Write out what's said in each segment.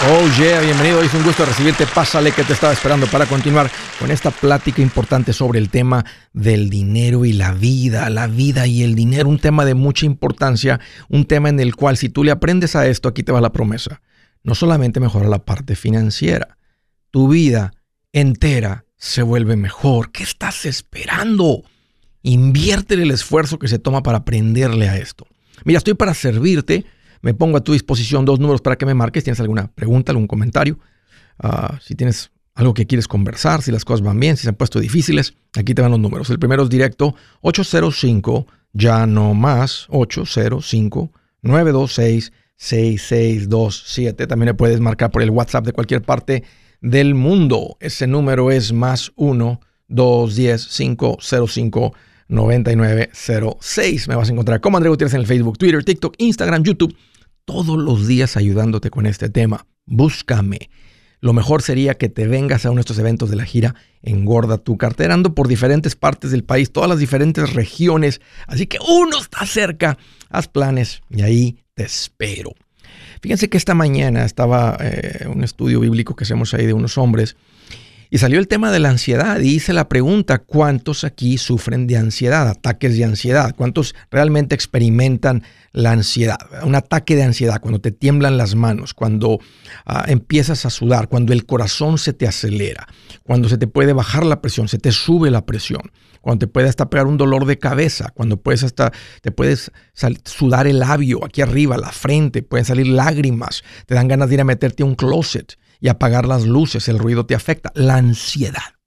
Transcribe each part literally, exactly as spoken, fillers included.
Oh yeah, bienvenido. Es un gusto recibirte. Pásale que te estaba esperando para continuar con esta plática importante sobre el tema del dinero y la vida, la vida y el dinero, un tema de mucha importancia, un tema en el cual si tú le aprendes a esto, aquí te va la promesa. No solamente mejora la parte financiera, tu vida entera se vuelve mejor. ¿Qué estás esperando? Inviértele el esfuerzo que se toma para aprenderle a esto. Mira, estoy para servirte. Me pongo a tu disposición dos números para que me marques. ¿Tienes alguna pregunta, algún comentario? Uh, si tienes algo que quieres conversar, si las cosas van bien, si se han puesto difíciles, aquí te van los números. El primero es directo, ocho cero cinco, ya no más, ocho cero cinco, nueve dos seis, seis seis dos siete. También le puedes marcar por el WhatsApp de cualquier parte del mundo. Ese número es más uno, dos uno cero, cinco cero cinco, nueve nueve cero seis. Me vas a encontrar como Andrés Gutiérrez en el Facebook, Twitter, TikTok, Instagram, YouTube. Todos los días ayudándote con este tema. Búscame. Lo mejor sería que te vengas a uno de estos eventos de la gira Engorda tu Cartera. Ando por diferentes partes del país, todas las diferentes regiones. Así que uno está cerca. Haz planes y ahí te espero. Fíjense que esta mañana estaba eh, un estudio bíblico que hacemos ahí de unos hombres y salió el tema de la ansiedad y hice la pregunta, ¿cuántos aquí sufren de ansiedad, ataques de ansiedad? ¿Cuántos realmente experimentan la ansiedad? Un ataque de ansiedad, cuando te tiemblan las manos, cuando uh, empiezas a sudar, cuando el corazón se te acelera, cuando se te puede bajar la presión, se te sube la presión, cuando te puede hasta pegar un dolor de cabeza, cuando puedes hasta, te puedes sal- sudar el labio aquí arriba, la frente, pueden salir lágrimas, te dan ganas de ir a meterte a un closet y apagar las luces, el ruido te afecta. La ansiedad.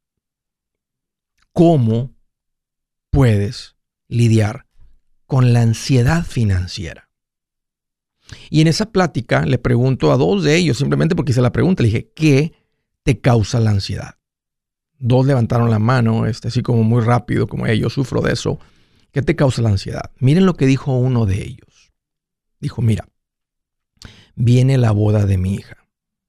¿Cómo puedes lidiar con la ansiedad financiera? Y en esa plática le pregunto a dos de ellos, simplemente porque hice la pregunta, le dije, ¿qué te causa la ansiedad? Dos levantaron la mano, este, así como muy rápido, como hey, yo sufro de eso. ¿Qué te causa la ansiedad? Miren lo que dijo uno de ellos. Dijo, mira, viene la boda de mi hija.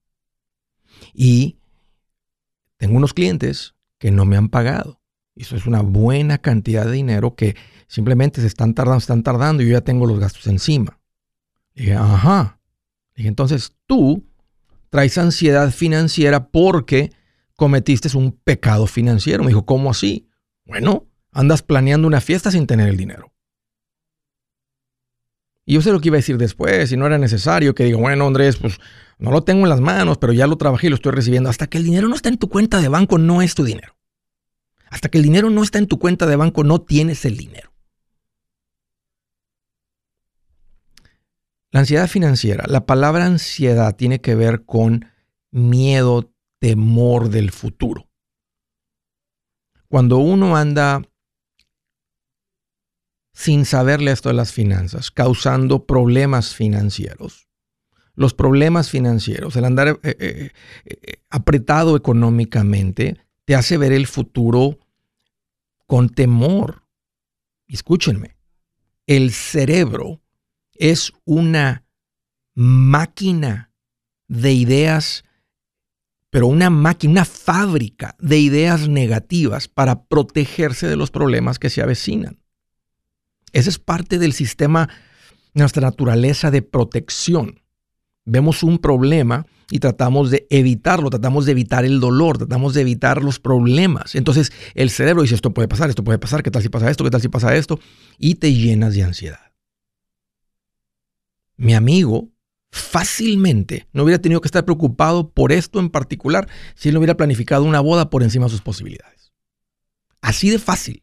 Y tengo unos clientes que no me han pagado. Y eso es una buena cantidad de dinero que simplemente se están tardando, se están tardando y yo ya tengo los gastos encima. Y dije, ajá. Dije, entonces tú traes ansiedad financiera porque cometiste un pecado financiero. Me dijo, ¿cómo así? Bueno, andas planeando una fiesta sin tener el dinero. Y yo sé lo que iba a decir después, y no era necesario que diga, bueno, Andrés, pues no lo tengo en las manos, pero ya lo trabajé y lo estoy recibiendo. Hasta que el dinero no está en tu cuenta de banco, no es tu dinero. Hasta que el dinero no está en tu cuenta de banco, no tienes el dinero. La ansiedad financiera, la palabra ansiedad tiene que ver con miedo, temor del futuro. Cuando uno anda sin saberle esto de las finanzas, causando problemas financieros, los problemas financieros, el andar eh, eh, eh, apretado económicamente, te hace ver el futuro con temor. Escúchenme, el cerebro es una máquina de ideas, pero una máquina, una fábrica de ideas negativas para protegerse de los problemas que se avecinan. Ese es parte del sistema, nuestra naturaleza de protección. Vemos un problema y tratamos de evitarlo, tratamos de evitar el dolor, tratamos de evitar los problemas. Entonces el cerebro dice, esto puede pasar, esto puede pasar, ¿qué tal si pasa esto? ¿Qué tal si pasa esto? Y te llenas de ansiedad. Mi amigo fácilmente no hubiera tenido que estar preocupado por esto en particular si él no hubiera planificado una boda por encima de sus posibilidades. Así de fácil.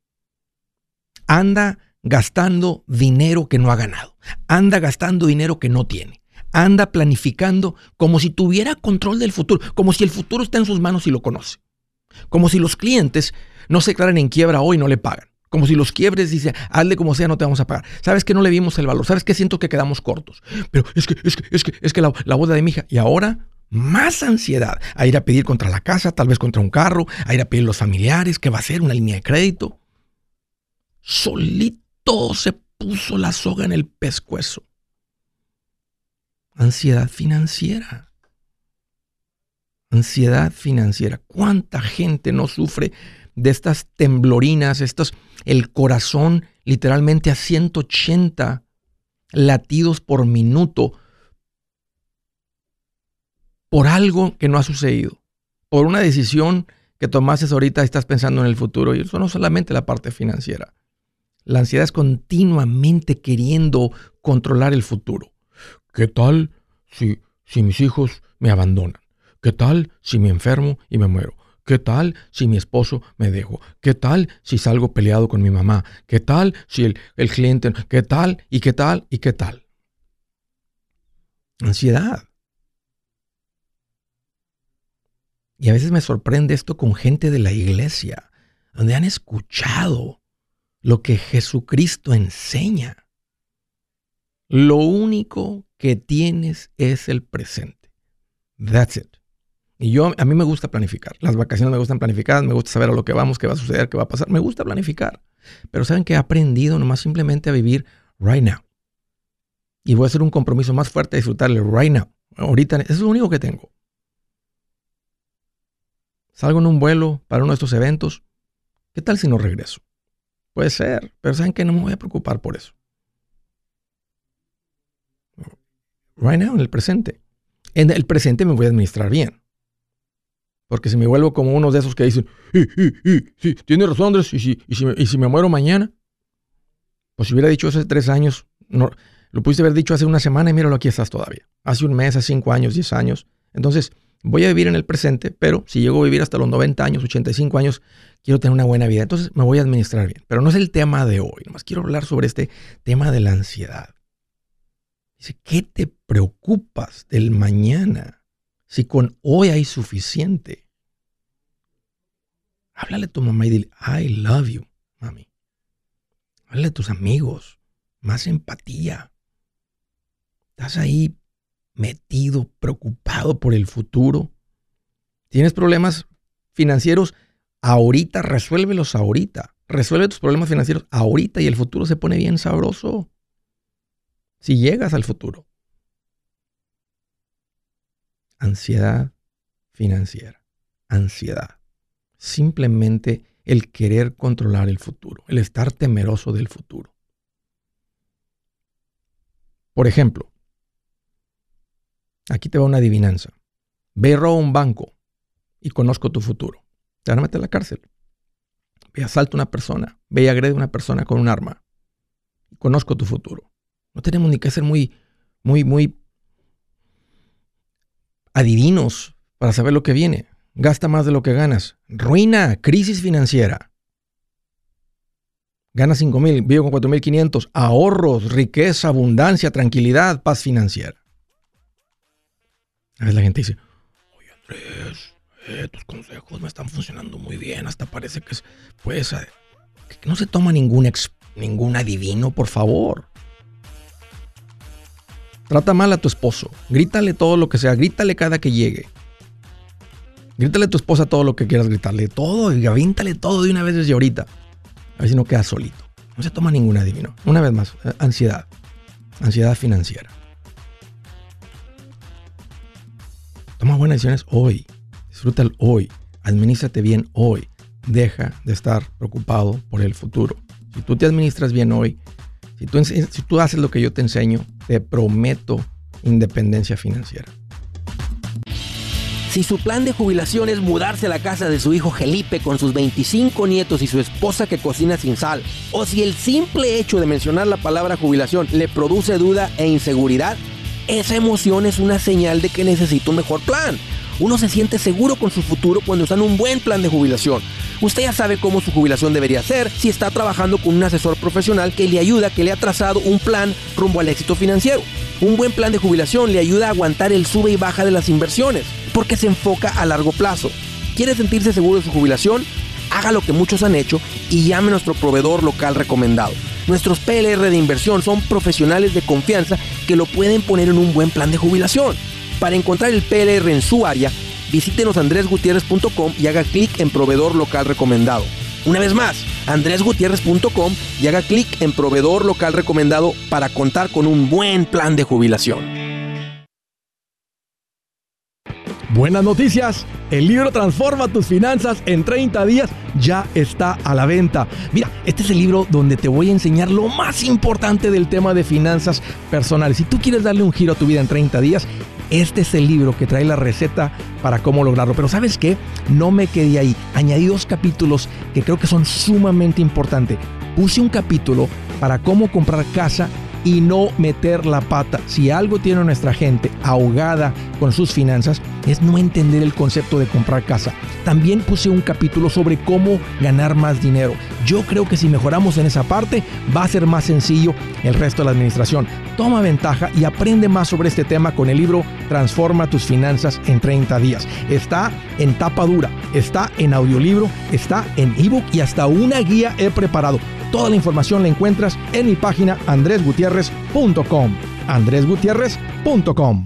Anda gastando dinero que no ha ganado. Anda gastando dinero que no tiene. Anda planificando como si tuviera control del futuro, como si el futuro está en sus manos y lo conoce. Como si los clientes no se declaran en quiebra hoy y no le pagan. Como si los quiebres dicen, hazle como sea, no te vamos a pagar. ¿Sabes que no le vimos el valor? ¿Sabes que siento que quedamos cortos? Pero es que, es que, es que, es que la, la boda de mi hija. Y ahora, más ansiedad a ir a pedir contra la casa, tal vez contra un carro, a ir a pedir a los familiares, ¿qué va a hacer? Una línea de crédito. Solito se puso la soga en el pescuezo. Ansiedad financiera. Ansiedad financiera. ¿Cuánta gente no sufre de estas temblorinas, estos, el corazón literalmente a ciento ochenta latidos por minuto por algo que no ha sucedido, por una decisión que tomaste ahorita y estás pensando en el futuro. Y eso no solamente la parte financiera. La ansiedad es continuamente queriendo controlar el futuro. ¿Qué tal si, si mis hijos me abandonan? ¿Qué tal si me enfermo y me muero? ¿Qué tal si mi esposo me dejó? ¿Qué tal si salgo peleado con mi mamá? ¿Qué tal si el, el cliente? ¿Qué tal? ¿Y qué tal? ¿Y qué tal? Ansiedad. Y a veces me sorprende esto con gente de la iglesia, donde han escuchado lo que Jesucristo enseña. Lo único que tienes es el presente. That's it. Y yo, a mí me gusta planificar. Las vacaciones me gustan planificar, me gusta saber a lo que vamos, qué va a suceder, qué va a pasar. Me gusta planificar. Pero ¿saben qué? He aprendido nomás simplemente a vivir right now. Y voy a hacer un compromiso más fuerte a disfrutarle right now. Ahorita, eso es lo único que tengo. Salgo en un vuelo para uno de estos eventos. ¿Qué tal si no regreso? Puede ser, pero ¿saben qué? No me voy a preocupar por eso. Right now, en el presente. En el presente me voy a administrar bien. Porque si me vuelvo como uno de esos que dicen, y, y, y, sí, tienes razón, Andrés, y si, y, si me, y si me muero mañana, pues si hubiera dicho hace tres años, no, lo pudiste haber dicho hace una semana y míralo, aquí estás todavía. Hace un mes, hace cinco años, diez años. Entonces, voy a vivir en el presente, pero si llego a vivir hasta los noventa años, ochenta y cinco años, quiero tener una buena vida. Entonces, me voy a administrar bien. Pero no es el tema de hoy. Nomás quiero hablar sobre este tema de la ansiedad. Dice, ¿qué te preocupas del mañana si con hoy hay suficiente? Háblale a tu mamá y dile, I love you, mami. Háblale a tus amigos. Más empatía. Estás ahí metido, preocupado por el futuro. ¿Tienes problemas financieros? Ahorita, resuélvelos ahorita. Resuelve tus problemas financieros ahorita y el futuro se pone bien sabroso. Si llegas al futuro. Ansiedad financiera. Ansiedad. Simplemente el querer controlar el futuro. El estar temeroso del futuro. Por ejemplo, aquí te va una adivinanza. Ve y roba un banco y conozco tu futuro. Te van a meter a la cárcel. Ve y asalta a una persona. Ve y agrede a una persona con un arma. Y conozco tu futuro. No tenemos ni que ser muy, muy, muy adivinos para saber lo que viene. Gasta más de lo que ganas. Ruina, crisis financiera. Gana cinco mil, vive con cuatro mil quinientos. Ahorros, riqueza, abundancia, tranquilidad, paz financiera. A veces la gente dice, oye Andrés, eh, tus consejos me están funcionando muy bien. Hasta parece que es, pues, que no se toma ningún, ex, ningún adivino, por favor. Trata mal a tu esposo. Grítale todo lo que sea. Grítale cada que llegue. Grítale a tu esposa todo lo que quieras gritarle. Todo. Y avíntale todo de una vez desde ahorita. A ver si no quedas solito. No se toma ningún adivino. Una vez más. Ansiedad. Ansiedad financiera. Toma buenas decisiones hoy. Disfruta el hoy. Administrate bien hoy. Deja de estar preocupado por el futuro. Si tú te administras bien hoy, si tú, si tú haces lo que yo te enseño, te prometo independencia financiera. Si su plan de jubilación es mudarse a la casa de su hijo Felipe con sus veinticinco nietos y su esposa que cocina sin sal, o si el simple hecho de mencionar la palabra jubilación le produce duda e inseguridad, esa emoción es una señal de que necesita un mejor plan. Uno se siente seguro con su futuro cuando está en un buen plan de jubilación. Usted ya sabe cómo su jubilación debería ser si está trabajando con un asesor profesional que le ayuda, que le ha trazado un plan rumbo al éxito financiero. Un buen plan de jubilación le ayuda a aguantar el sube y baja de las inversiones, porque se enfoca a largo plazo. ¿Quiere sentirse seguro de su jubilación? Haga lo que muchos han hecho y llame a nuestro proveedor local recomendado. Nuestros P L R de inversión son profesionales de confianza que lo pueden poner en un buen plan de jubilación. Para encontrar el P L R en su área, visítenos andres gutierrez punto com y haga clic en proveedor local recomendado. Una vez más, andres gutierrez punto com y haga clic en proveedor local recomendado para contar con un buen plan de jubilación. Buenas noticias. El libro Transforma tus finanzas en treinta días ya está a la venta. Mira, este es el libro donde te voy a enseñar lo más importante del tema de finanzas personales. Si tú quieres darle un giro a tu vida en treinta días, este es el libro que trae la receta para cómo lograrlo. Pero ¿sabes qué? No me quedé ahí. Añadí dos capítulos que creo que son sumamente importantes. Puse un capítulo para cómo comprar casa y no meter la pata. Si algo tiene a nuestra gente ahogada con sus finanzas, es no entender el concepto de comprar casa. También puse un capítulo sobre cómo ganar más dinero. Yo creo que si mejoramos en esa parte, va a ser más sencillo el resto de la administración. Toma ventaja y aprende más sobre este tema con el libro Transforma tus finanzas en treinta días. Está en tapa dura, está en audiolibro, está en ebook y hasta una guía he preparado. Toda la información la encuentras en mi página andres gutierrez punto com. andres gutierrez punto com.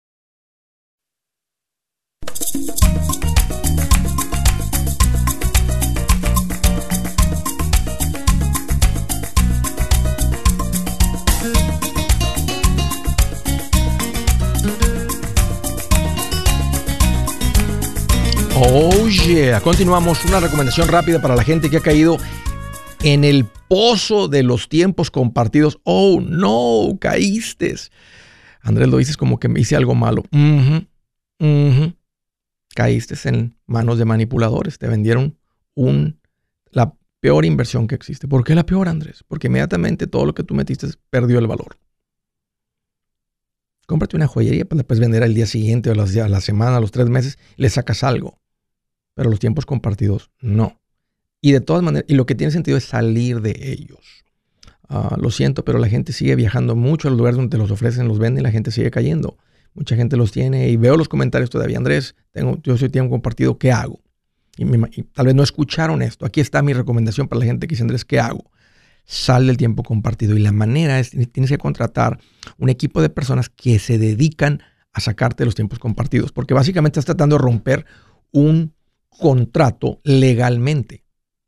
Oh yeah, continuamos. Una recomendación rápida para la gente que ha caído en el pozo de los tiempos compartidos. Oh no, caíste. Andrés, lo dices como que me hice algo malo. Uh-huh, uh-huh. Caíste en manos de manipuladores. Te vendieron un, la peor inversión que existe. ¿Por qué la peor, Andrés? Porque inmediatamente todo lo que tú metiste perdió el valor. Cómprate una joyería para después vender al día siguiente o a la, a la semana, a los tres meses, y le sacas algo. Pero los tiempos compartidos, no. Y de todas maneras, y lo que tiene sentido es salir de ellos. Uh, lo siento, pero la gente sigue viajando mucho a los lugares donde te los ofrecen, los venden y la gente sigue cayendo. Mucha gente los tiene y veo los comentarios todavía. Andrés, tengo, yo soy tiempo compartido, ¿qué hago? Y, me, y tal vez no escucharon esto. Aquí está mi recomendación para la gente que dice, Andrés, ¿qué hago? Sal del tiempo compartido. Y la manera es, tienes que contratar un equipo de personas que se dedican a sacarte los tiempos compartidos. Porque básicamente estás tratando de romper un contrato legalmente.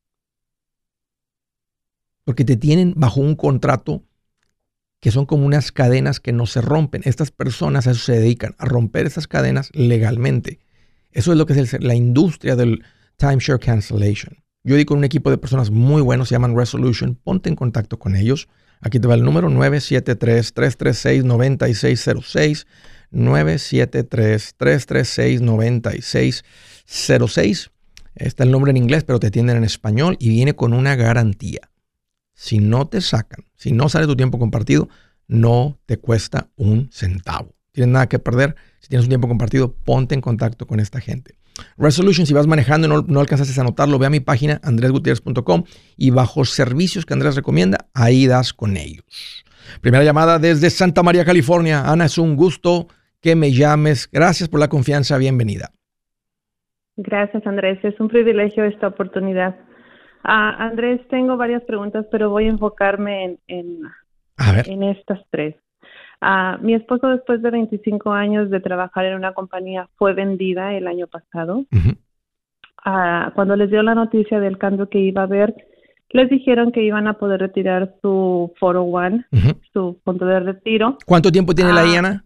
Porque te tienen bajo un contrato que son como unas cadenas que no se rompen. Estas personas a eso se dedican, a romper esas cadenas legalmente. Eso es lo que es el, la industria del timeshare cancellation. Yo di con un equipo de personas muy buenos, se llaman Resolution. Ponte en contacto con ellos. Aquí te va el número nueve siete tres, tres tres seis, nueve seis cero seis. nueve siete tres, tres tres seis, nueve seis cero seis. Está el nombre en inglés, pero te atienden en español y viene con una garantía. Si no te sacan, si no sale tu tiempo compartido, no te cuesta un centavo. Tienes nada que perder. Si tienes un tiempo compartido, ponte en contacto con esta gente. Resolution, si vas manejando y no, no alcanzaste a anotarlo, ve a mi página andres gutierrez punto com y bajo servicios que Andrés recomienda, ahí das con ellos. Primera llamada desde Santa María, California. Ana, es un gusto que me llames. Gracias por la confianza. Bienvenida. Gracias, Andrés. Es un privilegio esta oportunidad. Uh, Andrés, tengo varias preguntas, pero voy a enfocarme en, en, a ver. en estas tres. Uh, mi esposo, después de veinticinco años de trabajar en una compañía, fue vendida el año pasado. Uh-huh. Uh, cuando les dio la noticia del cambio que iba a haber, les dijeron que iban a poder retirar su cuatro oh uno, uh-huh. su fondo de retiro. ¿Cuánto tiempo tiene uh, la Iana?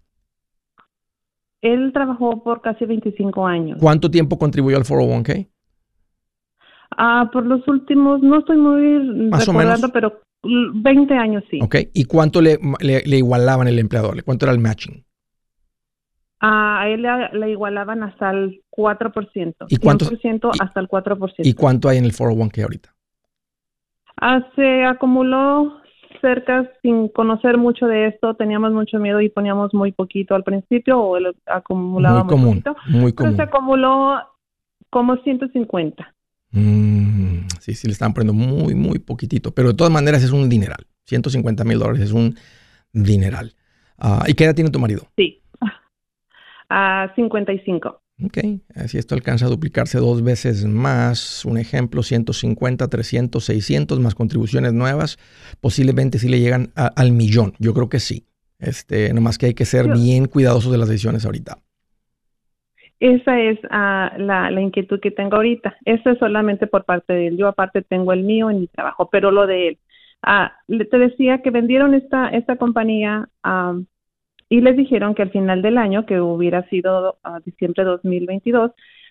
Él trabajó por casi veinticinco años. ¿Cuánto tiempo contribuyó al cuatro oh uno k? Ah, por los últimos, no estoy muy más recordando, o menos, pero veinte años sí. Ok, ¿y cuánto le, le, le igualaban el empleador? ¿Cuánto era el matching? A él le, le igualaban hasta el cuatro por ciento. ¿Y cuánto? cien por ciento hasta el cuatro por ciento. ¿Y cuánto hay en el cuatro oh uno k ahorita? Ah, se acumuló cerca, sin conocer mucho de esto, teníamos mucho miedo y poníamos muy poquito al principio, o él acumulaba muy, muy común, poquito. Muy común. Pero se acumuló como ciento cincuenta. Mm, sí, sí, le estaban poniendo muy, muy poquitito. Pero de todas maneras es un dineral. ciento cincuenta mil dólares es un dineral. Uh, ¿Y qué edad tiene tu marido? Sí, a uh, cincuenta y cinco. Ok, si esto alcanza a duplicarse dos veces más, un ejemplo, ciento cincuenta, trescientos, seiscientos más contribuciones nuevas, posiblemente sí le llegan a, al millón. Yo creo que sí. Este, nomás que hay que ser sí. bien cuidadosos de las decisiones ahorita. Esa es uh, la, la inquietud que tengo ahorita. Eso es solamente por parte de él. Yo aparte tengo el mío en mi trabajo, pero lo de él. Uh, te decía que vendieron esta, esta compañía um, y les dijeron que al final del año, que hubiera sido uh, diciembre de dos mil veintidós,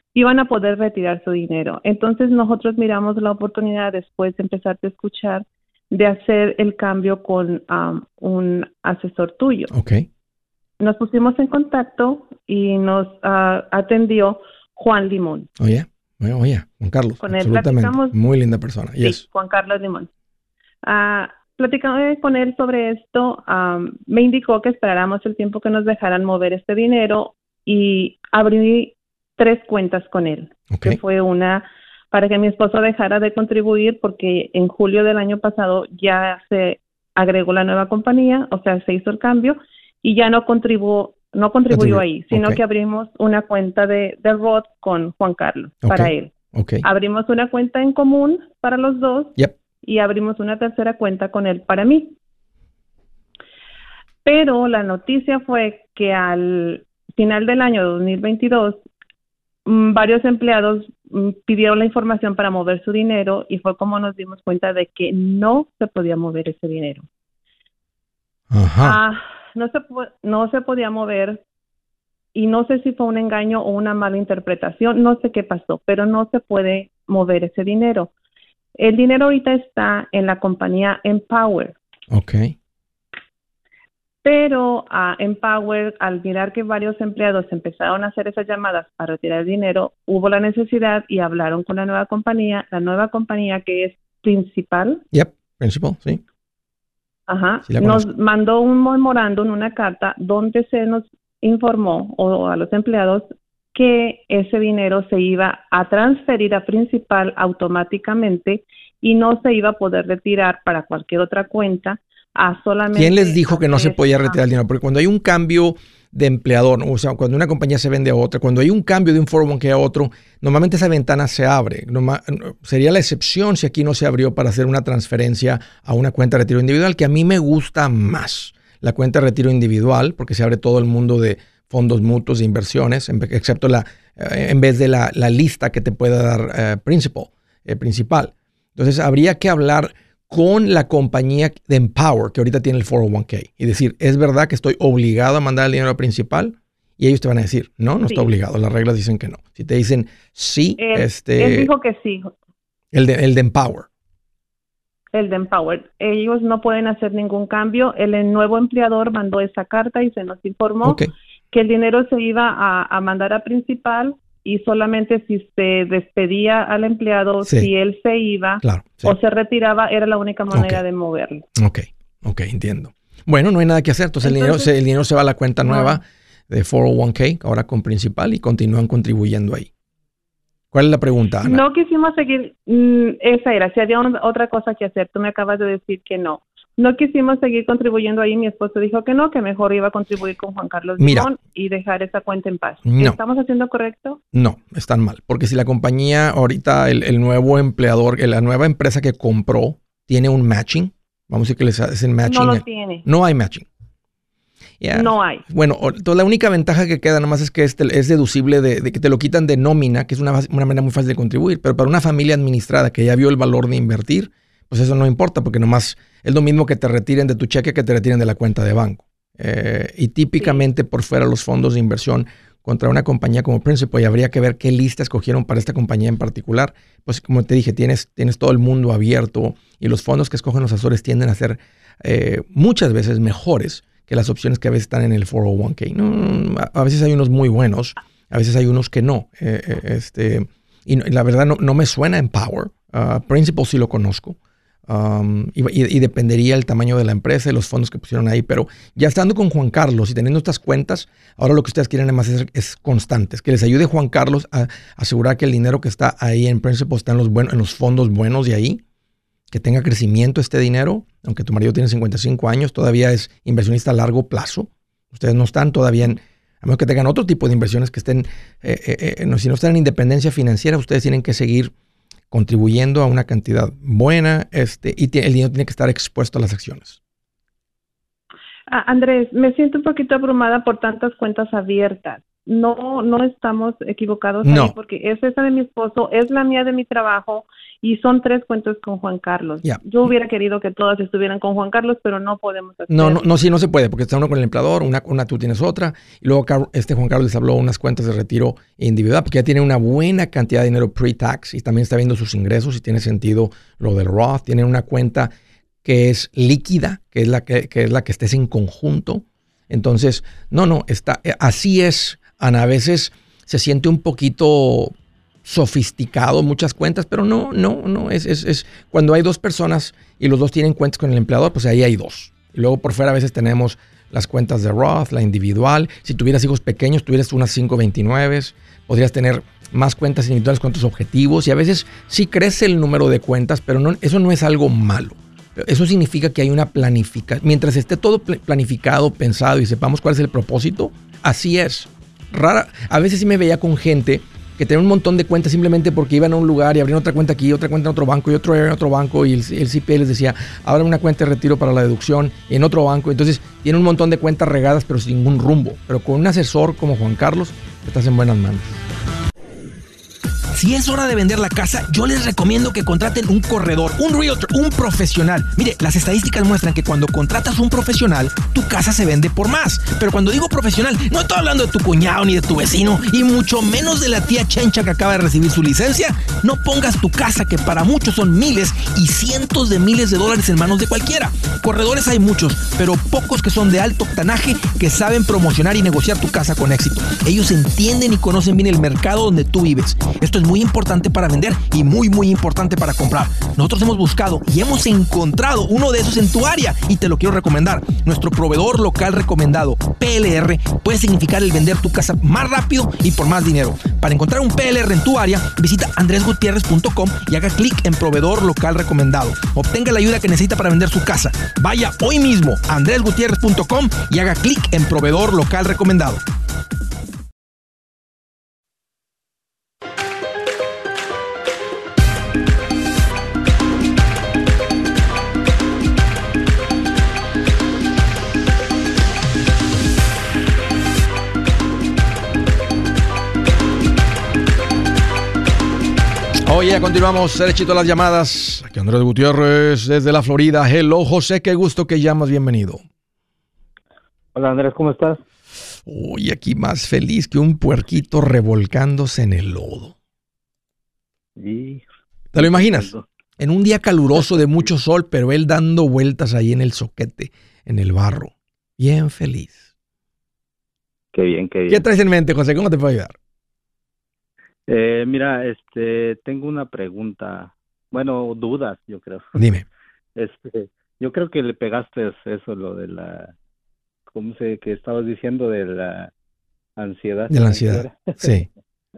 iban a poder retirar su dinero. Entonces nosotros miramos la oportunidad después de empezar a escuchar de hacer el cambio con um, un asesor tuyo. Okay. Nos pusimos en contacto y nos uh, atendió Juan Limón. Oye, oye, oye, Juan Carlos, con él absolutamente, platicamos, muy linda persona. Sí, Yes. Juan Carlos Limón. Uh, platicando con él sobre esto, um, me indicó que esperáramos el tiempo que nos dejaran mover este dinero y abrí tres cuentas con él. Okay. Que fue una para que mi esposo dejara de contribuir porque en julio del año pasado ya se agregó la nueva compañía, o sea, se hizo el cambio y ya no contribuyó, no contribuyó Contribu- ahí, sino okay. que abrimos una cuenta de, de Roth con Juan Carlos Okay. para él. Okay. Abrimos una cuenta en común para los dos. Yep. Y abrimos una tercera cuenta con él para mí. Pero la noticia fue que al final del año dos mil veintidós, mmm, varios empleados mmm, pidieron la información para mover su dinero y fue como nos dimos cuenta de que no se podía mover ese dinero. Ajá. Ah, no se, no se podía mover y no sé si fue un engaño o una mala interpretación, no sé qué pasó, pero no se puede mover ese dinero. El dinero ahorita está en la compañía Empower. Okay. Pero uh, Empower, al mirar que varios empleados empezaron a hacer esas llamadas para retirar el dinero, hubo la necesidad y hablaron con la nueva compañía, la nueva compañía que es Principal. Yep, Principal, sí. Ajá. Sí, nos mandó un memorándum, una carta, donde se nos informó o a los empleados que ese dinero se iba a transferir a Principal automáticamente y no se iba a poder retirar para cualquier otra cuenta a solamente... ¿Quién les dijo que no se podía retirar ah. el dinero? Porque cuando hay un cambio de empleador, o sea, cuando una compañía se vende a otra, cuando hay un cambio de un cuatro oh uno k a otro, normalmente esa ventana se abre. Normal, sería la excepción si aquí no se abrió para hacer una transferencia a una cuenta de retiro individual, que a mí me gusta más la cuenta de retiro individual, porque se abre todo el mundo de fondos mutuos de inversiones, excepto la, eh, en vez de la, la lista que te pueda dar eh, principal, eh, principal. Entonces, habría que hablar con la compañía de Empower, que ahorita tiene el cuatro oh uno k, y decir, ¿es verdad que estoy obligado a mandar el dinero a Principal? Y ellos te van a decir, no, no sí. está obligado. Las reglas dicen que no. Si te dicen sí, él, este... Él dijo que sí. El de, el de Empower. El de Empower. Ellos no pueden hacer ningún cambio. El, el nuevo empleador mandó esa carta y se nos informó okay. que el dinero se iba a, a mandar a Principal y solamente si se despedía al empleado, sí. si él se iba claro, sí. o se retiraba, era la única manera okay. de moverlo. Ok, ok, entiendo. Bueno, no hay nada que hacer. Entonces, Entonces el, dinero se, el dinero se va a la cuenta no. nueva de cuatro oh uno k, ahora con Principal, y continúan contribuyendo ahí. ¿Cuál es la pregunta, Ana? No quisimos seguir, mmm, esa era, si había un, otra cosa que hacer. Tú me acabas de decir que no. No quisimos seguir contribuyendo ahí. Mi esposo dijo que no, que mejor iba a contribuir con Juan Carlos Mira, Limón y dejar esa cuenta en paz. No. ¿Estamos haciendo correcto? No, están mal. Porque si la compañía, ahorita el, el nuevo empleador, la nueva empresa que compró, tiene un matching, vamos a decir que les hacen matching. No lo tiene. No hay matching. Yeah. No hay. Bueno, entonces la única ventaja que queda nomás es que es, es deducible de, de que te lo quitan de nómina, que es una, una manera muy fácil de contribuir. Pero para una familia administrada que ya vio el valor de invertir, pues eso no importa, porque nomás es lo mismo que te retiren de tu cheque que te retiren de la cuenta de banco. Eh, y típicamente sí. por fuera los fondos de inversión contra una compañía como Principal, y habría que ver qué lista escogieron para esta compañía en particular. Pues como te dije, tienes, tienes todo el mundo abierto y los fondos que escogen los asesores tienden a ser eh, muchas veces mejores que las opciones que a veces están en el cuatro oh uno k. No, a veces hay unos muy buenos, a veces hay unos que no. Eh, eh, este, y, no, y la verdad no, no me suena Empower. Uh, Principal sí lo conozco. Um, y, y, y dependería el tamaño de la empresa y los fondos que pusieron ahí. Pero ya estando con Juan Carlos y teniendo estas cuentas, ahora lo que ustedes quieren además es, es constantes. Que les ayude Juan Carlos a asegurar que el dinero que está ahí en Principal está en los, buen, en los fondos buenos de ahí. Que tenga crecimiento este dinero, aunque tu marido tiene cincuenta y cinco años, todavía es inversionista a largo plazo. Ustedes no están todavía en, a menos que tengan otro tipo de inversiones que estén, eh, eh, eh, no, si no están en independencia financiera, ustedes tienen que seguir contribuyendo a una cantidad buena este, y t- el dinero tiene que estar expuesto a las acciones. Ah, Andrés, me siento un poquito abrumada por tantas cuentas abiertas. no, no estamos equivocados no. ahí porque es esa de mi esposo, es la mía de mi trabajo y son tres cuentas con Juan Carlos. Yeah. Yo hubiera querido que todas estuvieran con Juan Carlos, pero no podemos hacerlo. No, no, no, sí, no se puede porque está uno con el empleador, una, una tú tienes otra y luego este Juan Carlos les habló unas cuentas de retiro individual porque ya tiene una buena cantidad de dinero pre-tax y también está viendo sus ingresos y tiene sentido lo del Roth. Tienen una cuenta que es líquida, que es la que, que es la que estés en conjunto. Entonces, no, no, está, así es, Ana, a veces se siente un poquito sofisticado muchas cuentas, pero no, no, no, es, es, es cuando hay dos personas y los dos tienen cuentas con el empleador, pues ahí hay dos. Y luego por fuera a veces tenemos las cuentas de Roth, la individual. Si tuvieras hijos pequeños, tuvieras unas cinco veintinueve, podrías tener más cuentas individuales con tus objetivos y a veces sí crece el número de cuentas, pero no, eso no es algo malo. Eso significa que hay una planificación. Mientras esté todo planificado, pensado y sepamos cuál es el propósito, así es. Rara, a veces sí me veía con gente que tenía un montón de cuentas simplemente porque iban a un lugar y abrían otra cuenta aquí, otra cuenta en otro banco y otro en otro banco y el, el C P A les decía, abran una cuenta de retiro para la deducción y en otro banco. Entonces tienen un montón de cuentas regadas pero sin ningún rumbo. Pero con un asesor como Juan Carlos, estás en buenas manos. Si es hora de vender la casa, yo les recomiendo que contraten un corredor, un realtor, un profesional. Mire, las estadísticas muestran que cuando contratas un profesional, tu casa se vende por más. Pero cuando digo profesional, no estoy hablando de tu cuñado ni de tu vecino, y mucho menos de la tía Chencha que acaba de recibir su licencia. No pongas tu casa, que para muchos son miles y cientos de miles de dólares en manos de cualquiera. Corredores hay muchos, pero pocos que son de alto octanaje que saben promocionar y negociar tu casa con éxito. Ellos entienden y conocen bien el mercado donde tú vives. Esto es muy importante para vender y muy muy importante para comprar. Nosotros hemos buscado y hemos encontrado uno de esos en tu área y te lo quiero recomendar. Nuestro proveedor local recomendado, P L R, puede significar el vender tu casa más rápido y por más dinero. Para encontrar un P L R en tu área, visita andres gutierrez punto com y haga clic en proveedor local recomendado. Obtenga la ayuda que necesita para vender su casa. Vaya hoy mismo a andres gutierrez punto com y haga clic en proveedor local recomendado. Oye, continuamos derechito a las llamadas. Aquí Andrés Gutiérrez desde la Florida. Hello, José, qué gusto que llamas, bienvenido. Hola Andrés, ¿cómo estás? Oye, aquí más feliz que un puerquito revolcándose en el lodo. Sí. ¿Te lo imaginas? En un día caluroso de mucho sol, pero él dando vueltas ahí en el zoquete, en el barro. Bien feliz. Qué bien, qué bien. ¿Qué traes en mente, José? ¿Cómo te puedo ayudar? Eh, mira, este, tengo una pregunta, bueno, dudas, yo creo. Dime. Este, yo creo que le pegaste eso, lo de la, ¿cómo se, que estabas diciendo de la ansiedad? De la ansiedad, sí.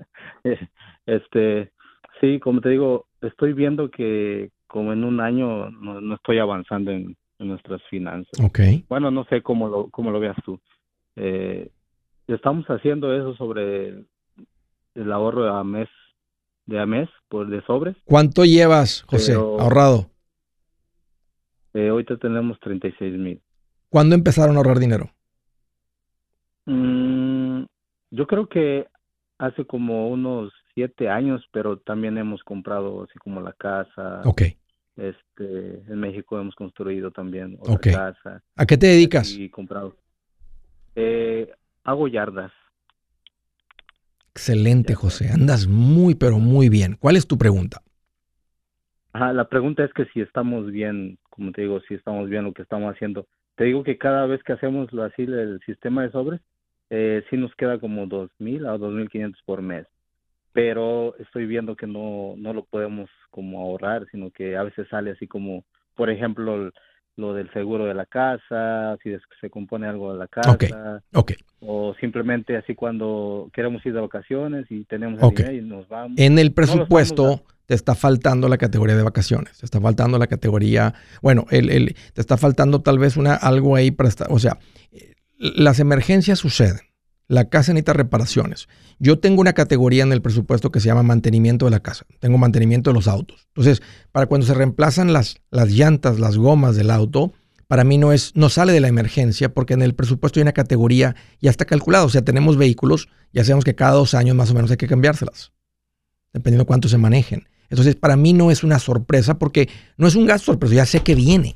Este, sí, como te digo, estoy viendo que como en un año no, no estoy avanzando en, en nuestras finanzas. Okay. Bueno, no sé cómo lo, cómo lo veas tú. Eh, estamos haciendo eso sobre el ahorro a mes, de a mes, por de sobres. ¿Cuánto llevas, José, Pero, ahorrado? Eh, ahorita tenemos treinta y seis mil. ¿Cuándo empezaron a ahorrar dinero? Mm, yo creo que hace como unos siete años, pero también hemos comprado así como la casa. Ok. Este, en México hemos construido también otra okay. casa. ¿A qué te dedicas? Y comprado. Eh, hago yardas. Excelente, José. Andas muy, pero muy bien. ¿Cuál es tu pregunta? Ajá, la pregunta es que si estamos bien, como te digo, si estamos bien lo que estamos haciendo. Te digo que cada vez que hacemos lo así, el sistema de sobres, eh, sí nos queda como dos mil a dos mil quinientos por mes. Pero estoy viendo que no, no lo podemos como ahorrar, sino que a veces sale así como, por ejemplo, lo del seguro de la casa, si se compone algo de la casa. Okay. Okay. O simplemente así cuando queremos ir de vacaciones y tenemos el okay. dinero y nos vamos. En el presupuesto no te está faltando la categoría de vacaciones, te está faltando la categoría, bueno, el, el, te está faltando tal vez una algo ahí para estar, o sea, las emergencias suceden, la casa necesita reparaciones. Yo tengo una categoría en el presupuesto que se llama mantenimiento de la casa, tengo mantenimiento de los autos. Entonces, para cuando se reemplazan las, las llantas, las gomas del auto, para mí no es, no sale de la emergencia porque en el presupuesto hay una categoría ya está calculada. O sea, tenemos vehículos, ya sabemos que cada dos años más o menos hay que cambiárselas, dependiendo de cuánto se manejen. Entonces, para mí no es una sorpresa porque no es un gasto sorpresa, ya sé que viene.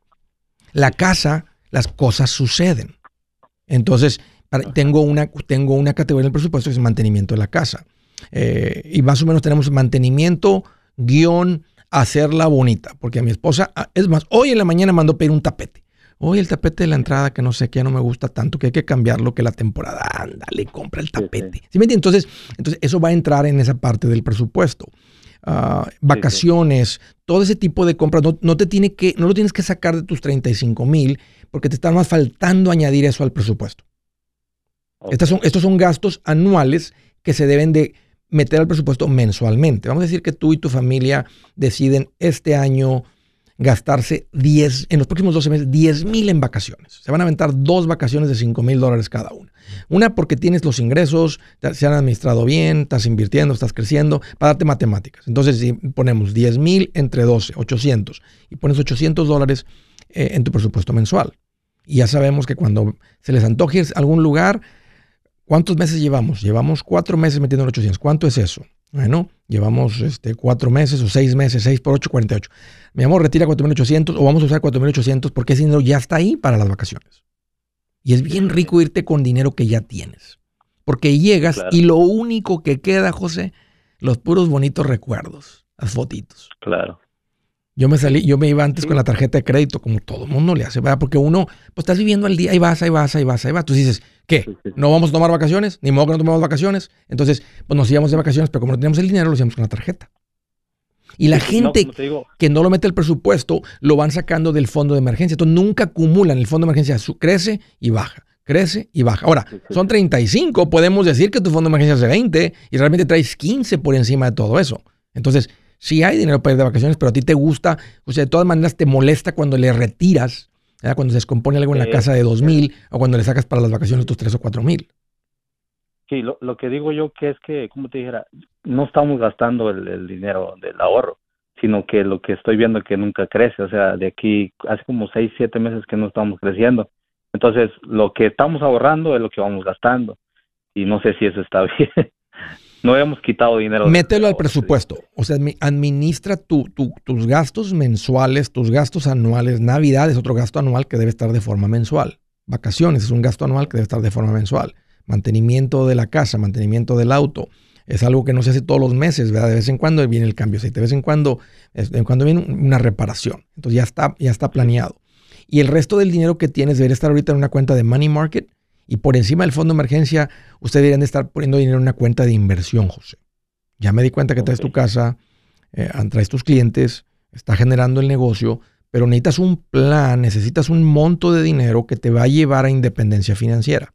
La casa, las cosas suceden. Entonces, para, tengo, una, tengo una categoría en el presupuesto que es mantenimiento de la casa. Eh, y más o menos tenemos mantenimiento, guión, hacerla bonita. Porque a mi esposa, es más, hoy en la mañana mandó pedir un tapete. Hoy el tapete de la entrada que no sé, que ya no me gusta tanto, que hay que cambiarlo, que la temporada, ándale, compra el tapete. ¿Sí, sí. ¿Sí me entiendes? Entonces, entonces, eso va a entrar en esa parte del presupuesto. Uh, vacaciones, sí, sí. Todo ese tipo de compras, no, no te tiene que, no lo tienes que sacar de tus treinta y cinco mil porque te está más faltando añadir eso al presupuesto. Okay. Estas son, estos son gastos anuales que se deben de meter al presupuesto mensualmente. Vamos a decir que tú y tu familia deciden este año gastarse diez, en los próximos doce meses, diez mil en vacaciones. Se van a aventar dos vacaciones de cinco mil dólares cada una. Una porque tienes los ingresos, se han administrado bien, estás invirtiendo, estás creciendo, para darte matemáticas. Entonces, si ponemos diez mil entre doce, ochocientos, y pones ochocientos dólares eh, en tu presupuesto mensual. Y ya sabemos que cuando se les antoje a algún lugar, ¿cuántos meses llevamos? Llevamos cuatro meses metiendo ochocientos. ¿Cuánto es eso? Bueno, llevamos este, cuatro meses o seis meses, seis por ocho, cuarenta y ocho. Mi amor, retira cuatro mil ochocientos o vamos a usar cuatro mil ochocientos porque ese dinero ya está ahí para las vacaciones. Y es bien rico irte con dinero que ya tienes. Porque llegas claro. Y lo único que queda, José, los puros bonitos recuerdos, las fotitos. Claro. Yo me salí, yo me iba antes sí. Con la tarjeta de crédito, como todo el mundo le hace, ¿verdad? Porque uno, pues estás viviendo al día, ahí vas, ahí vas, ahí vas, ahí vas. Tú dices, ¿qué? Sí, sí, sí. ¿No vamos a tomar vacaciones? Ni modo que no tomemos vacaciones. Entonces, pues nos íbamos de vacaciones, pero como no teníamos el dinero, lo hacíamos con la tarjeta. Y la sí, gente no, digo, que no lo mete al presupuesto, lo van sacando del fondo de emergencia. Entonces, nunca acumulan. El fondo de emergencia crece y baja, crece y baja. Ahora, sí, sí, son treinta y cinco, podemos decir que tu fondo de emergencia es de veinte y realmente traes quince por encima de todo eso. Entonces, sí hay dinero para ir de vacaciones, pero a ti te gusta, o sea, de todas maneras te molesta cuando le retiras, ¿verdad? Cuando se descompone algo en la casa de dos mil o cuando le sacas para las vacaciones tus tres o cuatro mil. Sí, lo, lo que digo yo que es que, como te dijera, no estamos gastando el, el dinero del ahorro, sino que lo que estoy viendo es que nunca crece, o sea, de aquí hace como seis, siete meses que no estamos creciendo. Entonces, lo que estamos ahorrando es lo que vamos gastando y no sé si eso está bien. No hemos quitado dinero. Mételo al presupuesto. O sea, administra tu, tu, tus gastos mensuales, tus gastos anuales. Navidad es otro gasto anual que debe estar de forma mensual. Vacaciones es un gasto anual que debe estar de forma mensual. Mantenimiento de la casa, mantenimiento del auto. Es algo que no se hace todos los meses, ¿verdad? De vez en cuando viene el cambio de aceite, de vez en cuando, de vez en cuando viene una reparación. Entonces ya está, ya está planeado. Y el resto del dinero que tienes debería estar ahorita en una cuenta de money market. Y por encima del fondo de emergencia, ustedes deberían de estar poniendo dinero en una cuenta de inversión, José. Ya me di cuenta que traes okay. Tu casa, eh, traes tus clientes, está generando el negocio, pero necesitas un plan, necesitas un monto de dinero que te va a llevar a independencia financiera.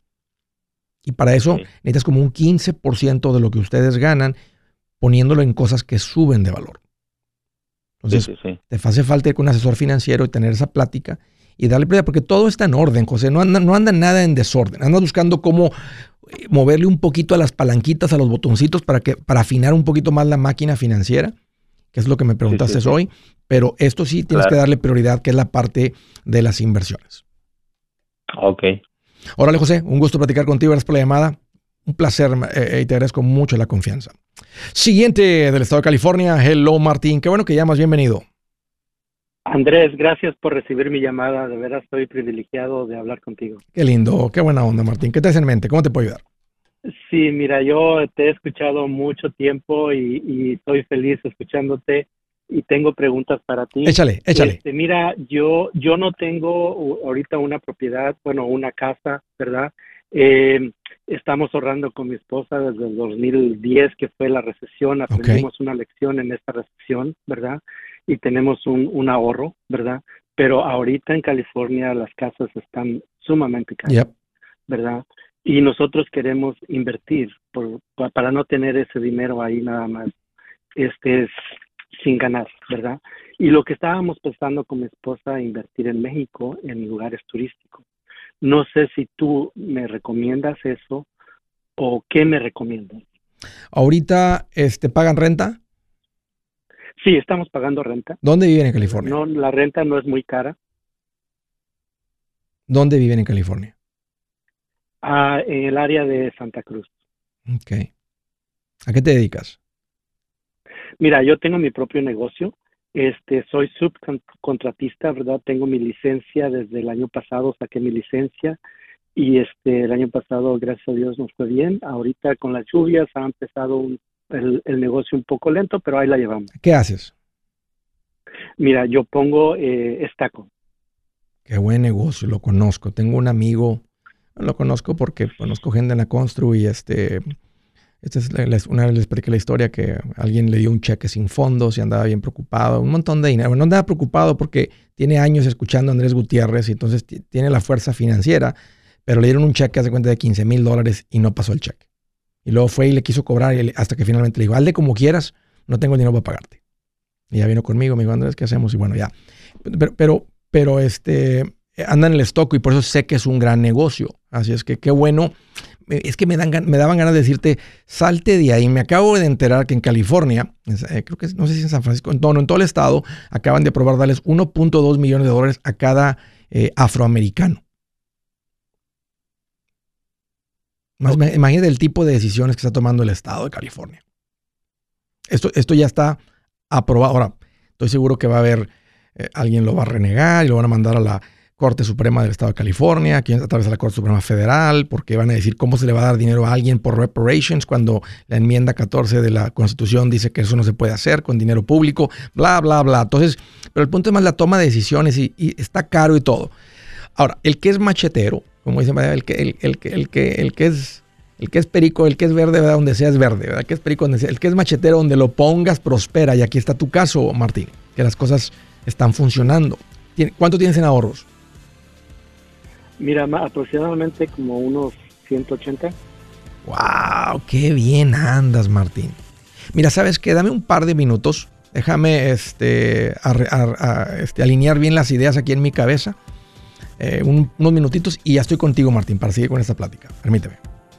Y para eso okay. necesitas como un quince por ciento de lo que ustedes ganan poniéndolo en cosas que suben de valor. Entonces, sí, sí, sí. te hace falta ir con un asesor financiero y tener esa plática y darle prioridad, porque todo está en orden, José, no anda, no anda nada en desorden. Andas buscando cómo moverle un poquito a las palanquitas, a los botoncitos para, que, para afinar un poquito más la máquina financiera, que es lo que me preguntaste sí, sí, sí. hoy, pero esto sí tienes claro. que darle prioridad, que es la parte de las inversiones. Ok. Órale, José, un gusto platicar contigo, gracias por la llamada. Un placer eh, y te agradezco mucho la confianza. Siguiente del estado de California, hello Martín, qué bueno que llamas, bienvenido. Andrés, gracias por recibir mi llamada, de veras estoy privilegiado de hablar contigo. Qué lindo, qué buena onda Martín, ¿qué te hace en mente? ¿Cómo te puedo ayudar? Sí, mira, yo te he escuchado mucho tiempo y, y estoy feliz escuchándote y tengo preguntas para ti. Échale, échale. Este, mira, yo, yo no tengo ahorita una propiedad, bueno, una casa, ¿verdad? Eh, estamos ahorrando con mi esposa desde el dos mil diez, que fue la recesión, aprendimos okay. una lección en esta recesión, ¿verdad? Y tenemos un, un ahorro, ¿verdad? Pero ahorita en California las casas están sumamente caras, yep. ¿verdad? Y nosotros queremos invertir por, para no tener ese dinero ahí nada más este, sin ganar, ¿verdad? Y lo que estábamos pensando con mi esposa, invertir en México en lugares turísticos. No sé si tú me recomiendas eso o qué me recomiendas. ¿Ahorita este, pagan renta? Sí, estamos pagando renta. ¿Dónde viven en California? No, la renta no es muy cara. ¿Dónde viven en California? Ah, en el área de Santa Cruz. Ok. ¿A qué te dedicas? Mira, yo tengo mi propio negocio. Este, soy subcontratista, ¿verdad? Tengo mi licencia desde el año pasado, saqué mi licencia y este, el año pasado, gracias a Dios, nos fue bien. Ahorita con las lluvias ha empezado un, el, el negocio un poco lento, pero ahí la llevamos. ¿Qué haces? Mira, yo pongo eh, estaco. Qué buen negocio, lo conozco. Tengo un amigo, lo conozco porque conozco gente en la Constru y este... Esta es la, la, una vez les expliqué la historia que alguien le dio un cheque sin fondos y andaba bien preocupado, un montón de dinero. No andaba preocupado porque tiene años escuchando a Andrés Gutiérrez y entonces t- tiene la fuerza financiera, pero le dieron un cheque, hace cuenta, de quince mil dólares y no pasó el cheque. Y luego fue y le quiso cobrar y le, hasta que finalmente le dijo, hazle como quieras, no tengo el dinero para pagarte. Y ya vino conmigo, me dijo, Andrés, ¿qué hacemos? Y bueno, ya. Pero, pero, pero este, anda en el stock y por eso sé que es un gran negocio. Así es que qué bueno. Es que me, dan, me daban ganas de decirte, salte de ahí. Me acabo de enterar que en California, eh, creo que no sé si en San Francisco, no, no, en todo el estado, acaban de aprobar darles uno punto dos millones de dólares a cada eh, afroamericano. Más, okay. Imagínate el tipo de decisiones que está tomando el estado de California. Esto, esto ya está aprobado. Ahora, estoy seguro que va a haber, eh, alguien lo va a renegar y lo van a mandar a la Corte Suprema del Estado de California, aquí a través de la Corte Suprema Federal, porque van a decir cómo se le va a dar dinero a alguien por reparations cuando la enmienda catorce de la Constitución dice que eso no se puede hacer con dinero público, bla, bla, bla. Entonces, pero el punto es más la toma de decisiones y, y está caro y todo. Ahora, el que es machetero, como dicen, el que, el, el, el, el, que, el que es... El que es perico, el que es verde, ¿verdad? Donde sea es verde, ¿verdad? El que es perico, donde sea. El que es machetero, donde lo pongas, prospera. Y aquí está tu caso, Martín, que las cosas están funcionando. ¿Cuánto tienes en ahorros? Mira, aproximadamente como unos ciento ochenta. ¡Wow! ¡Qué bien andas, Martín! Mira, ¿sabes qué? Dame un par de minutos. Déjame este, a, a, a, este, alinear bien las ideas aquí en mi cabeza. Eh, un, unos minutitos y ya estoy contigo, Martín, para seguir con esta plática. Permíteme.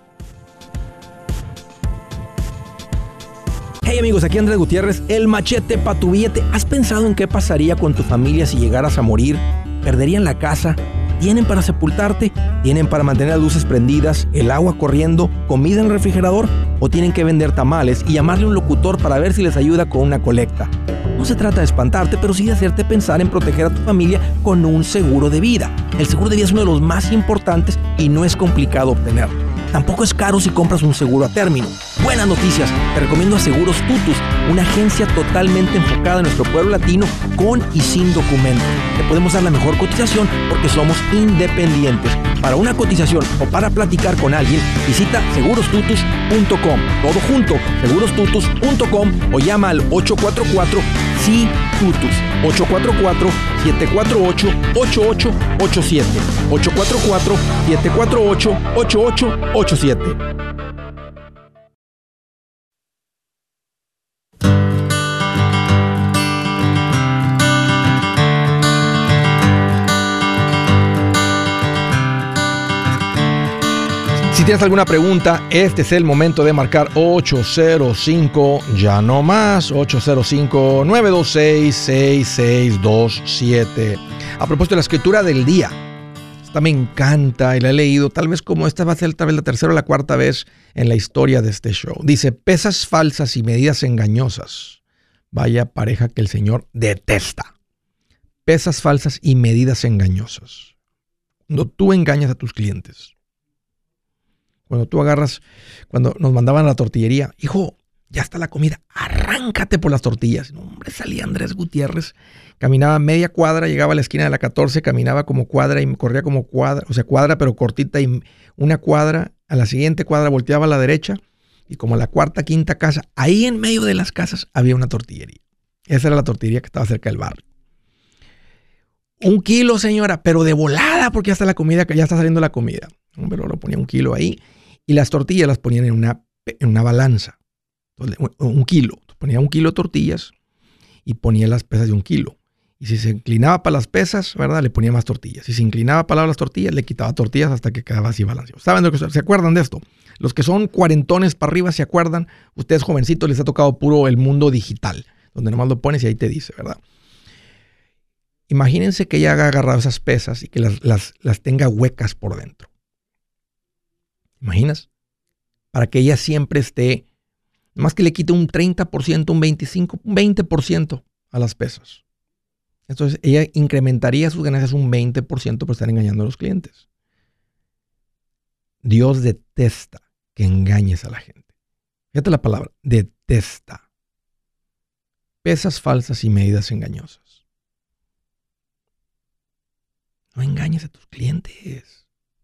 Hey amigos, aquí Andrés Gutiérrez, el machete para tu billete. ¿Has pensado en qué pasaría con tu familia si llegaras a morir? ¿Perderían la casa? ¿Tienen para sepultarte? ¿Tienen para mantener las luces prendidas, el agua corriendo, comida en el refrigerador? ¿O tienen que vender tamales y llamarle a un locutor para ver si les ayuda con una colecta? No se trata de espantarte, pero sí de hacerte pensar en proteger a tu familia con un seguro de vida. El seguro de vida es uno de los más importantes y no es complicado obtenerlo. Tampoco es caro si compras un seguro a término. Buenas noticias, te recomiendo a Seguros Tutus, una agencia totalmente enfocada en nuestro pueblo latino con y sin documentos. Te podemos dar la mejor cotización porque somos independientes. Para una cotización o para platicar con alguien, visita seguros tutus punto com. Todo junto, seguros tutus punto com o llama al ocho cuatro cuatro S I Tutus. ocho cuatro cuatro, siete cuatro ocho, ocho ocho ocho siete. ocho cuatro cuatro, siete cuatro ocho, ocho ocho ocho siete. Si tienes alguna pregunta, este es el momento de marcar ocho cero cinco, ya no más, ocho cero cinco, nueve dos seis, seis seis dos siete. A propósito de la escritura del día, esta me encanta y la he leído, tal vez como esta va a ser tal vez la tercera o la cuarta vez en la historia de este show. Dice, pesas falsas y medidas engañosas. Vaya pareja que el Señor detesta. Pesas falsas y medidas engañosas. Cuando tú engañas a tus clientes. Cuando tú agarras, cuando nos mandaban a la tortillería, hijo, ya está la comida, arráncate por las tortillas. No, hombre, salía Andrés Gutiérrez, caminaba media cuadra, llegaba a la esquina de la catorce, caminaba como cuadra y corría como cuadra, o sea, cuadra pero cortita y una cuadra, a la siguiente cuadra volteaba a la derecha y como a la cuarta, quinta casa, ahí en medio de las casas había una tortillería. Esa era la tortillería que estaba cerca del barrio. Un kilo, señora, pero de volada porque ya está la comida, ya está saliendo la comida. Hombre, lo ponía un kilo ahí. Y las tortillas las ponían en una, en una balanza. Entonces, un, un kilo. Ponía un kilo de tortillas y ponía las pesas de un kilo. Y si se inclinaba para las pesas, ¿verdad? Le ponía más tortillas. Si se inclinaba para las tortillas, le quitaba tortillas hasta que quedaba así balanceado. ¿Saben lo que se acuerdan de esto? Los que son cuarentones para arriba se acuerdan. Ustedes jovencitos les ha tocado puro el mundo digital, donde nomás lo pones y ahí te dice, ¿verdad? Imagínense que ella haya agarrado esas pesas y que las, las, las tenga huecas por dentro. ¿Imaginas? Para que ella siempre esté, más que le quite un treinta por ciento, un veinticinco por ciento, un veinte por ciento a las pesas. Entonces, ella incrementaría sus ganancias un veinte por ciento por estar engañando a los clientes. Dios detesta que engañes a la gente. Fíjate la palabra, detesta. Pesas falsas y medidas engañosas. No engañes a tus clientes.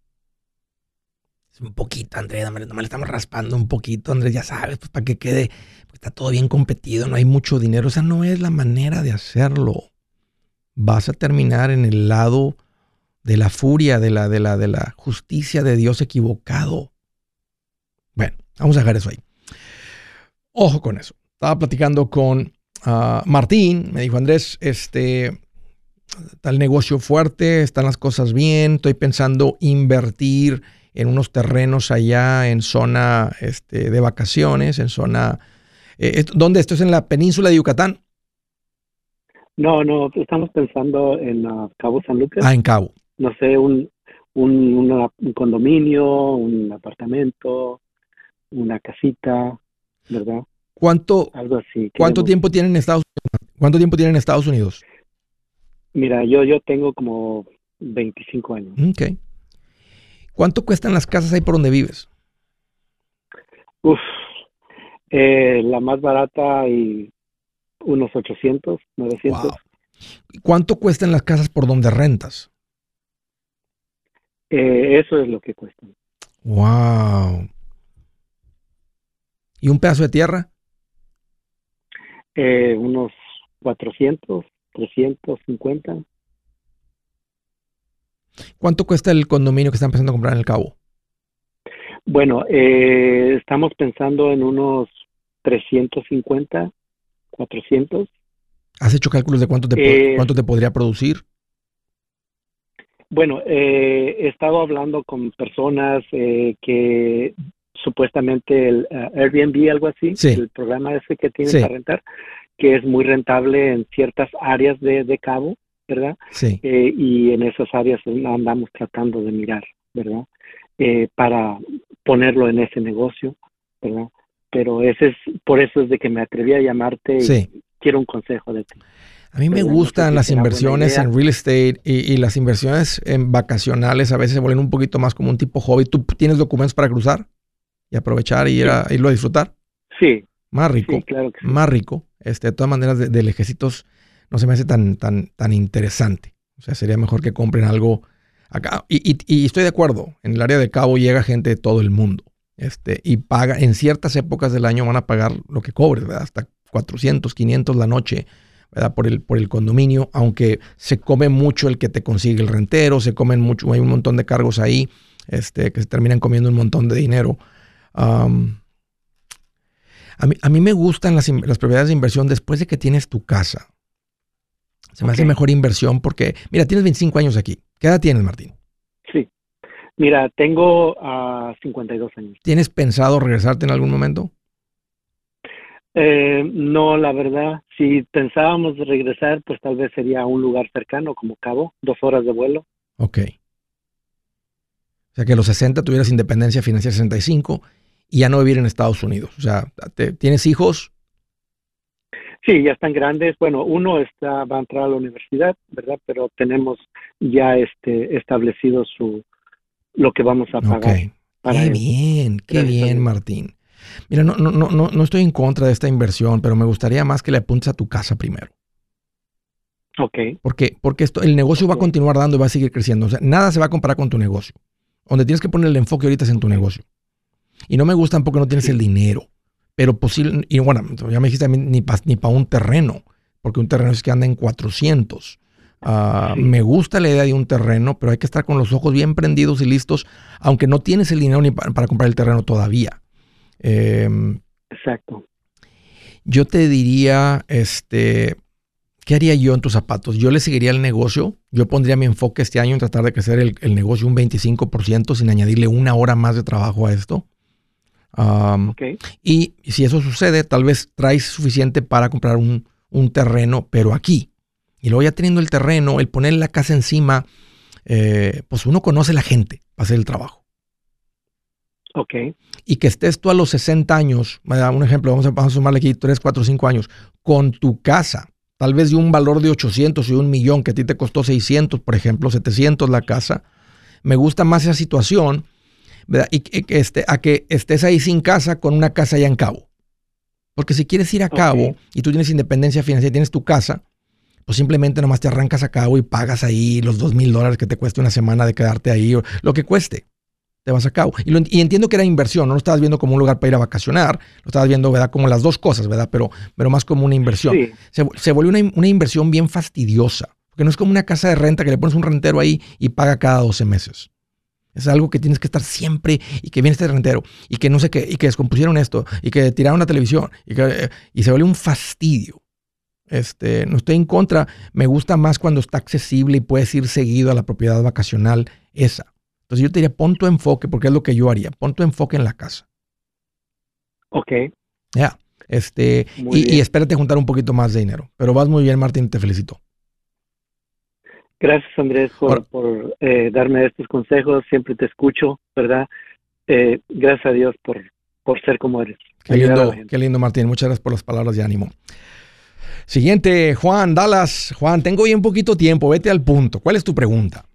Es un poquito, Andrés, nomás le estamos raspando un poquito, Andrés, ya sabes, pues para que quede, pues está todo bien competido, no hay mucho dinero. Esa no es la manera de hacerlo. Vas a terminar en el lado de la furia, de la, de la, de la justicia de Dios equivocado. Bueno, vamos a dejar eso ahí. Ojo con eso. Estaba platicando con uh, Martín, me dijo, Andrés, este, está el negocio fuerte, están las cosas bien, estoy pensando invertir en unos terrenos allá en zona este, de vacaciones, en zona... Eh, ¿Dónde? ¿Esto es en la península de Yucatán? No, no, estamos pensando en uh, Cabo San Lucas. Ah, en Cabo. No sé, un, un, una, un condominio, un apartamento, una casita, ¿verdad? ¿Cuánto, Algo así. ¿cuánto Queremos... tiempo tienen en Estados Unidos? ¿Cuánto tiempo tienen en Estados Unidos? Mira, yo, yo tengo como veinticinco años. Ok. ¿Cuánto cuestan las casas ahí por donde vives? Uf, eh, la más barata y unos ochocientos, novecientos. Wow. ¿Cuánto cuestan las casas por donde rentas? Eh, eso es lo que cuesta. Wow. ¿Y un pedazo de tierra? Eh, unos cuatrocientos, trescientos cincuenta. ¿Cuánto cuesta el condominio que están empezando a comprar en el Cabo? Bueno, eh, estamos pensando en unos trescientos cincuenta, cuatrocientos. ¿Has hecho cálculos de cuánto te, Eh, cuánto te podría producir? Bueno, eh, he estado hablando con personas eh, que supuestamente el uh, Airbnb, algo así, Sí. el programa ese que tienen Sí. para rentar, que es muy rentable en ciertas áreas de, de Cabo, ¿verdad? Sí. Eh, y en esas áreas andamos tratando de mirar, ¿verdad? Eh, para ponerlo en ese negocio, ¿verdad? Pero ese es, por eso es de que me atreví a llamarte y Sí. quiero un consejo de ti. A mí me ¿Verdad? No sé gustan si las será buena inversiones idea. en real estate y, y las inversiones en vacacionales a veces se vuelven un poquito más como un tipo hobby. ¿Tú tienes documentos para cruzar y aprovechar y ir a, irlo a disfrutar? Sí, Más rico, sí, claro que sí. más rico. Este, de todas maneras, de, de lejecitos no se me hace tan, tan, tan interesante. O sea, sería mejor que compren algo acá. Y, y, y estoy de acuerdo. En el área de Cabo llega gente de todo el mundo. Este, y paga, en ciertas épocas del año van a pagar lo que cobres, ¿verdad? Hasta cuatrocientos, quinientos la noche, ¿verdad? Por el, por el condominio, aunque se come mucho el que te consigue el rentero, se comen mucho, hay un montón de cargos ahí, este, que se terminan comiendo un montón de dinero. Um, a, mí, a mí me gustan las, las propiedades de inversión después de que tienes tu casa. Se me Ok. hace mejor inversión porque, mira, tienes veinticinco años aquí. ¿Qué edad tienes, Martín? Sí. Mira, tengo a cincuenta y dos años. ¿Tienes pensado regresarte en algún momento? Eh, no, la verdad, si pensábamos regresar, pues tal vez sería a un lugar cercano, como Cabo, dos horas de vuelo. Ok. O sea, que a los sesenta tuvieras independencia financiera, sesenta y cinco, y ya no vivir en Estados Unidos. O sea, te- ¿tienes hijos? Sí, ya están grandes. Bueno, uno está va a entrar a la universidad, ¿verdad? Pero tenemos ya este establecido su lo que vamos a pagar Ok. para Qué él. bien, qué Gracias a bien, Dios. Martín. Mira, no, no, no, no, no estoy en contra de esta inversión, pero me gustaría más que le apuntes a tu casa primero. Ok, Porque, porque esto, el negocio va a Ok. continuar dando y va a seguir creciendo. O sea, nada se va a comparar con tu negocio. Donde tienes que poner el enfoque ahorita es en tu negocio. Y no me gusta tampoco que no tienes Sí. el dinero. Pero posible, y bueno, ya me dijiste también ni para ni pa un terreno, porque un terreno es que anda en cuatrocientos. Ah, Sí. Me gusta la idea de un terreno, pero hay que estar con los ojos bien prendidos y listos, aunque no tienes el dinero ni pa- para comprar el terreno todavía. Eh, exacto. yo te diría, este, ¿qué haría yo en tus zapatos? Yo le seguiría el negocio. Yo pondría mi enfoque este año en tratar de crecer el, el negocio un veinticinco por ciento sin añadirle una hora más de trabajo a esto. Um, Ok, y si eso sucede, tal vez traes suficiente para comprar un, un terreno, pero aquí. Y luego ya teniendo el terreno, el poner la casa encima, eh, pues uno conoce a la gente para hacer el trabajo. Ok. Y que estés tú a los sesenta años, un ejemplo, vamos a, vamos a sumarle aquí tres, cuatro, cinco años, con tu casa, tal vez de un valor de ochocientos y un millón, que a ti te costó seiscientos, por ejemplo, setecientos la casa. Me gusta más esa situación, ¿verdad? Y que, que este, a que estés ahí sin casa con una casa allá en Cabo. Porque si quieres ir a Cabo okay. y tú tienes independencia financiera, tienes tu casa, pues simplemente nomás te arrancas a Cabo y pagas ahí los dos mil dólares que te cueste una semana de quedarte ahí, o lo que cueste. Te vas a Cabo. Y, lo, y entiendo que era inversión, no lo estabas viendo como un lugar para ir a vacacionar, lo estabas viendo, ¿verdad? Como las dos cosas, ¿verdad? Pero, pero más como una inversión. Sí. Se, se vuelve una, una inversión bien fastidiosa, porque no es como una casa de renta que le pones un rentero ahí y paga cada doce meses. Es algo que tienes que estar siempre y que viene este rentero y que no sé qué, y que descompusieron esto y que tiraron la televisión y, que, y se vuelve un fastidio. Este, no estoy en contra, me gusta más cuando está accesible y puedes ir seguido a la propiedad vacacional esa. Entonces yo te diría, pon tu enfoque, porque es lo que yo haría, pon tu enfoque en la casa. Ok. Ya, yeah. este, y, y espérate juntar un poquito más de dinero. Pero vas muy bien, Martín, te felicito. Gracias, Andrés, por, por eh, darme estos consejos. Siempre te escucho, ¿verdad? Eh, gracias a Dios por, por ser como eres. Qué lindo, qué lindo, Martín. Muchas gracias por las palabras de ánimo. Siguiente, Juan, Dallas. Juan, tengo bien poquito tiempo, vete al punto. ¿Cuál es tu pregunta?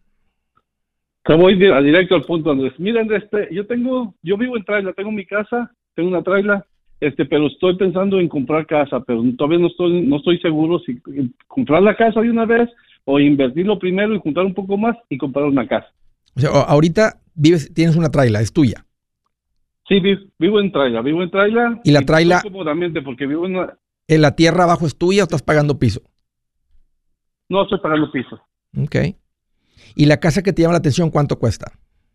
Voy directo al punto, Andrés. Mira, Andrés, yo tengo, yo vivo en Traila, tengo mi casa, tengo una Traila, este, pero estoy pensando en comprar casa, pero todavía no estoy, no estoy seguro si comprar la casa de una vez o invertirlo primero y juntar un poco más y comprar una casa. O sea, ahorita vives, tienes una Traila, es tuya. Sí, vivo, vivo en Traila, vivo en Traila. Y la Traila, cómodamente porque vivo en una... ¿En la tierra abajo es tuya o estás pagando piso? No, estoy pagando piso. Ok. ¿Y la casa que te llama la atención, cuánto cuesta?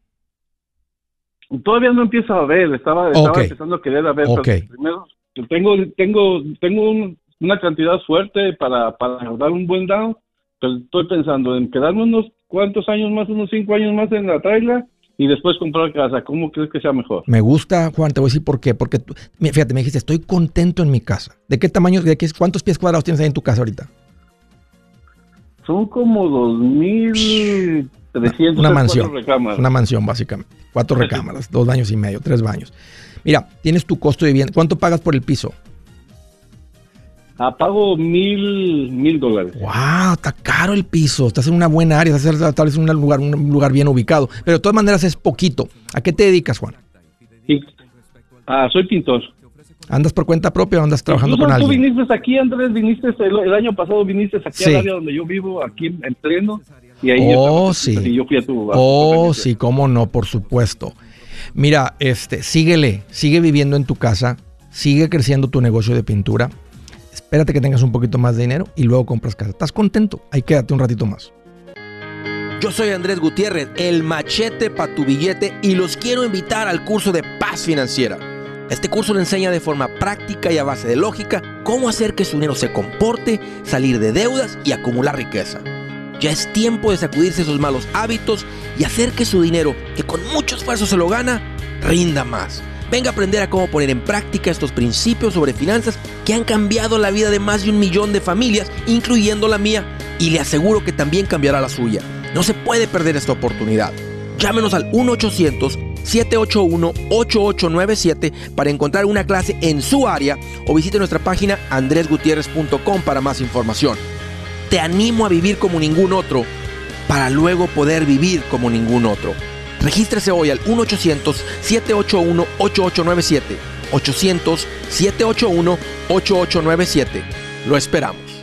Todavía no empiezo a ver, estaba, estaba okay. empezando a querer a ver. Okay. Primero, tengo, tengo, tengo un, una cantidad fuerte para, para dar un buen down, pero estoy pensando en quedarme unos cuantos años más, unos cinco años más en la Traila y después comprar casa. ¿Cómo crees que sea mejor? Me gusta, Juan, te voy a decir por qué. Porque, tú, fíjate, me dijiste, estoy contento en mi casa. ¿De qué tamaño, de qué, cuántos pies cuadrados tienes ahí en tu casa ahorita? Son como dos mil trescientos. Una mansión, una mansión básicamente. Cuatro recámaras, dos baños y medio, tres baños. Mira, tienes tu costo de vivienda. ¿Cuánto pagas por el piso? Ah, pago mil, mil dólares. ¡Wow! Está caro el piso. Estás en una buena área, estás tal vez en un lugar, un lugar bien ubicado. Pero de todas maneras es poquito. ¿A qué te dedicas, Juan? Sí. Ah, soy pintor. ¿Andas por cuenta propia o andas trabajando Incluso con alguien? Tú viniste aquí, Andrés, viniste el, el año pasado, viniste aquí sí. al área donde yo vivo, aquí en, en Pleno. Y ahí oh, yo, sí. y yo fui a tu... A oh, tu sí, cómo no, por supuesto. Mira, este, síguele, sigue viviendo en tu casa, sigue creciendo tu negocio de pintura. Espérate que tengas un poquito más de dinero y luego compras casa. ¿Estás contento? Ahí quédate un ratito más. Yo soy Andrés Gutiérrez, el machete para tu billete, y los quiero invitar al curso de Paz Financiera. Este curso le enseña de forma práctica y a base de lógica cómo hacer que su dinero se comporte, salir de deudas y acumular riqueza. Ya es tiempo de sacudirse esos malos hábitos y hacer que su dinero, que con mucho esfuerzo se lo gana, rinda más. Venga a aprender a cómo poner en práctica estos principios sobre finanzas que han cambiado la vida de más de un millón de familias, incluyendo la mía, y le aseguro que también cambiará la suya. No se puede perder esta oportunidad. Llámenos al uno ochocientos, siete ocho uno, ocho ocho nueve siete para encontrar una clase en su área o visite nuestra página andres gutierrez punto com para más información. Te animo a vivir como ningún otro para luego poder vivir como ningún otro. Regístrese hoy al uno ochocientos, siete ocho uno, ocho ocho nueve siete. ochocientos, siete ocho uno, ocho ocho nueve siete. Lo esperamos.